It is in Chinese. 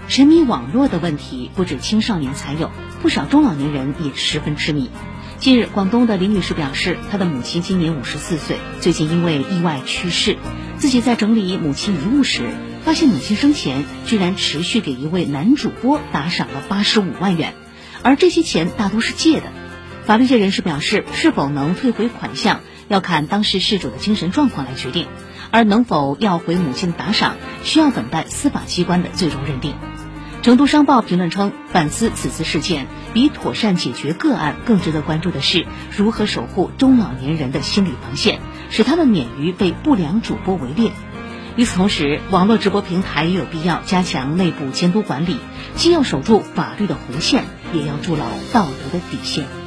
沉迷网络的问题不止青少年才有，不少中老年人也十分痴迷。近日，广东的李女士表示，她的母亲今年54岁，最近因为意外去世。自己在整理母亲遗物时，发现母亲生前居然持续给一位男主播打赏了85万元，而这些钱大多是借的。法律界人士表示，是否能退回款项，要看当事事主的精神状况来决定，而能否要回母亲的打赏，需要等待司法机关的最终认定。成都商报评论称，反思此次事件，比妥善解决个案更值得关注的是如何守护中老年人的心理防线，使他们免于被不良主播围猎。与此同时，网络直播平台也有必要加强内部监督管理，既要守住法律的红线，也要筑牢道德的底线。